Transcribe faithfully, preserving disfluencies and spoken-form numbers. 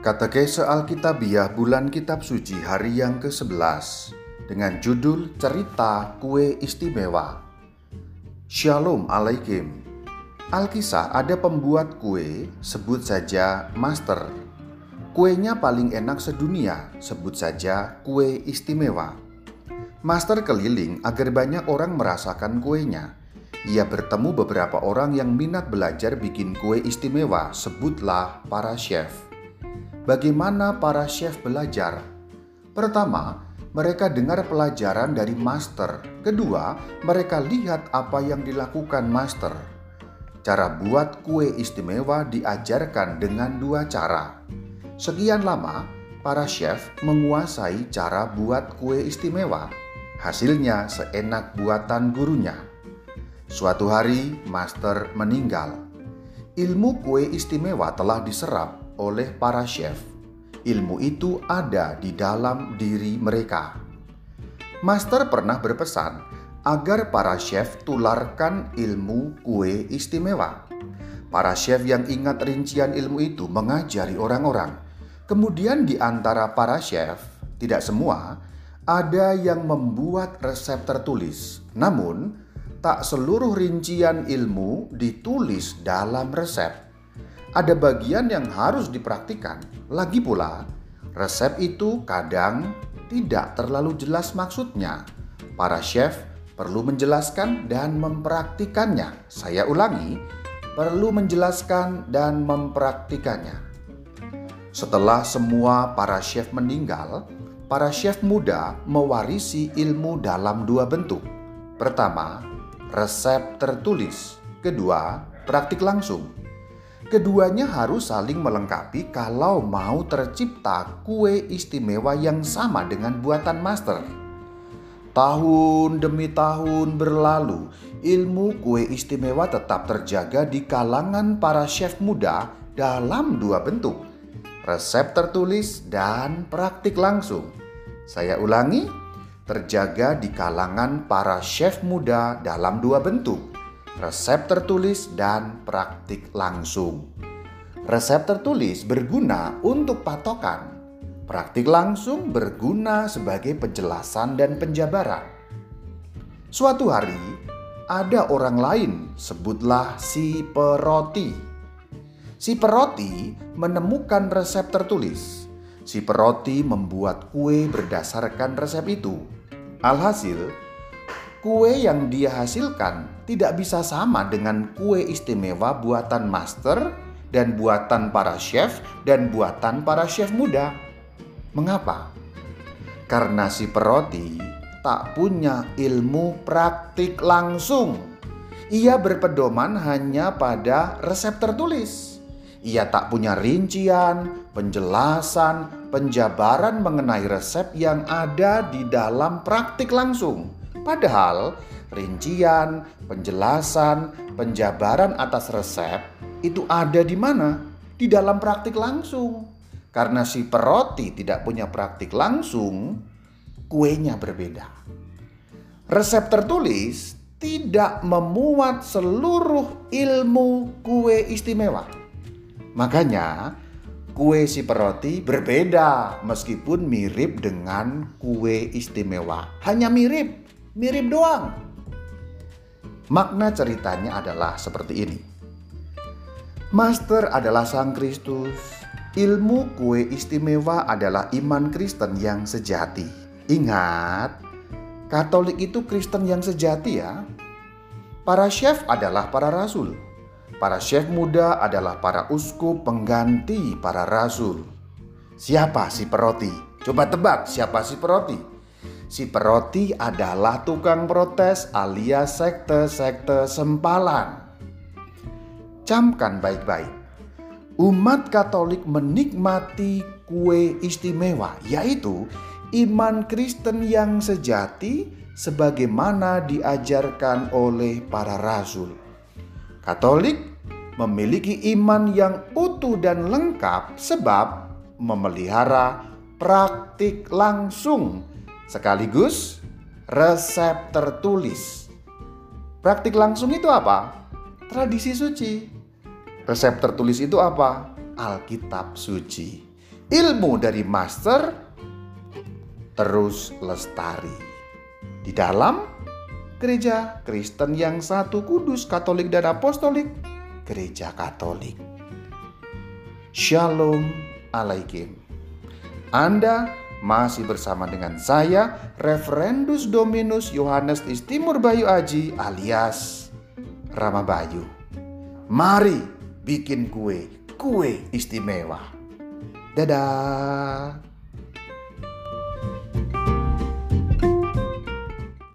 Katekese Alkitabiah Bulan Kitab Suci hari yang kesebelas dengan judul Cerita Kue Istimewa. Shalom Alaikum. Alkisah ada pembuat kue, sebut saja Master. Kuenya paling enak sedunia, sebut saja kue istimewa. Master keliling agar banyak orang merasakan kuenya. Ia bertemu beberapa orang yang minat belajar bikin kue istimewa, sebutlah para chef. Bagaimana para chef belajar? Pertama, mereka dengar pelajaran dari master. Kedua, mereka lihat apa yang dilakukan master. Cara buat kue istimewa diajarkan dengan dua cara. Sekian lama, para chef menguasai cara buat kue istimewa. Hasilnya seenak buatan gurunya. Suatu hari, master meninggal. Ilmu kue istimewa telah diserap oleh para chef. Ilmu itu ada di dalam diri mereka. Master pernah berpesan agar para chef tularkan ilmu kue istimewa. Para chef yang ingat rincian ilmu itu mengajari orang-orang. Kemudian di antara para chef, tidak semua, ada yang membuat resep tertulis. Namun, tak seluruh rincian ilmu ditulis dalam resep. Ada bagian yang harus dipraktikkan. Lagi pula, resep itu kadang tidak terlalu jelas maksudnya. Para chef perlu menjelaskan dan mempraktikannya. Saya ulangi, perlu menjelaskan dan mempraktikannya. Setelah semua para chef meninggal, para chef muda mewarisi ilmu dalam dua bentuk. Pertama, resep tertulis. Kedua, praktik langsung. Keduanya harus saling melengkapi kalau mau tercipta kue istimewa yang sama dengan buatan master. Tahun demi tahun berlalu, ilmu kue istimewa tetap terjaga di kalangan para chef muda dalam dua bentuk, resep tertulis dan praktik langsung. Saya ulangi, terjaga di kalangan para chef muda dalam dua bentuk, resep tertulis dan praktik langsung. Resep tertulis berguna untuk patokan. Praktik langsung berguna sebagai penjelasan dan penjabaran. Suatu hari, ada orang lain, sebutlah si Peroti. Si Peroti menemukan resep tertulis. Si Peroti membuat kue berdasarkan resep itu. Alhasil, kue yang dia hasilkan tidak bisa sama dengan kue istimewa buatan master dan buatan para chef dan buatan para chef muda. Mengapa? Karena si Peroti tak punya ilmu praktik langsung. Ia berpedoman hanya pada resep tertulis. Ia tak punya rincian, penjelasan, penjabaran mengenai resep yang ada di dalam praktik langsung. Padahal rincian, penjelasan, penjabaran atas resep itu ada di mana? Di dalam praktik langsung. Karena si Peroti tidak punya praktik langsung, kuenya berbeda. Resep tertulis tidak memuat seluruh ilmu kue istimewa. Makanya kue si Peroti berbeda meskipun mirip dengan kue istimewa. Hanya mirip. Mirip doang. Makna ceritanya adalah seperti ini. Master adalah Sang Kristus. Ilmu kue istimewa adalah iman Kristen yang sejati. Ingat, Katolik itu Kristen yang sejati ya. Para chef adalah para rasul. Para chef muda adalah para uskup pengganti para rasul. Siapa si Peroti? Coba tebak siapa si Peroti? Si Peroti adalah tukang protes alias sekte-sekte sempalan. Camkan baik-baik. Umat Katolik menikmati kue istimewa, yaitu iman Kristen yang sejati sebagaimana diajarkan oleh para rasul. Katolik memiliki iman yang utuh dan lengkap sebab memelihara praktik langsung sekaligus resep tertulis. Praktik langsung itu apa? Tradisi suci. Resep tertulis itu apa? Alkitab suci. ilmu dari master terus lestari di dalam Gereja Kristen yang satu, kudus, Katolik dan Apostolik, Gereja Katolik. Shalom Alaikum. Anda masih bersama dengan saya, Reverendus Dominus Yohanes Istimur Bayu Aji alias Rama Bayu. Mari bikin kue, kue istimewa. Dadah.